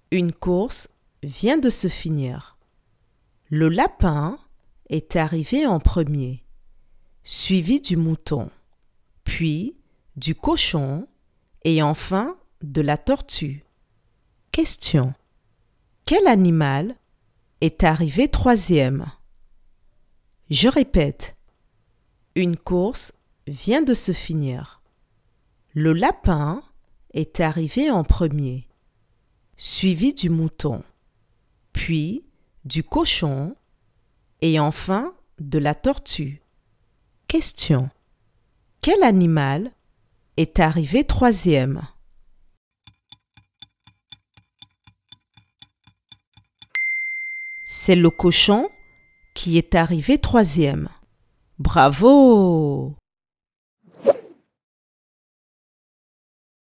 Une course vient de se finir. Le lapin est arrivé en premier, suivi du mouton, puis du cochon et enfin de la tortue. Question. Quel animal est arrivé troisième? Je répète. Une course vient de se finir. Le lapin est arrivé en premier, suivi du mouton, puis du cochon et enfin de la tortue. Question. Quel animal est arrivé troisième? C'est le cochon qui est arrivé troisième. Bravo!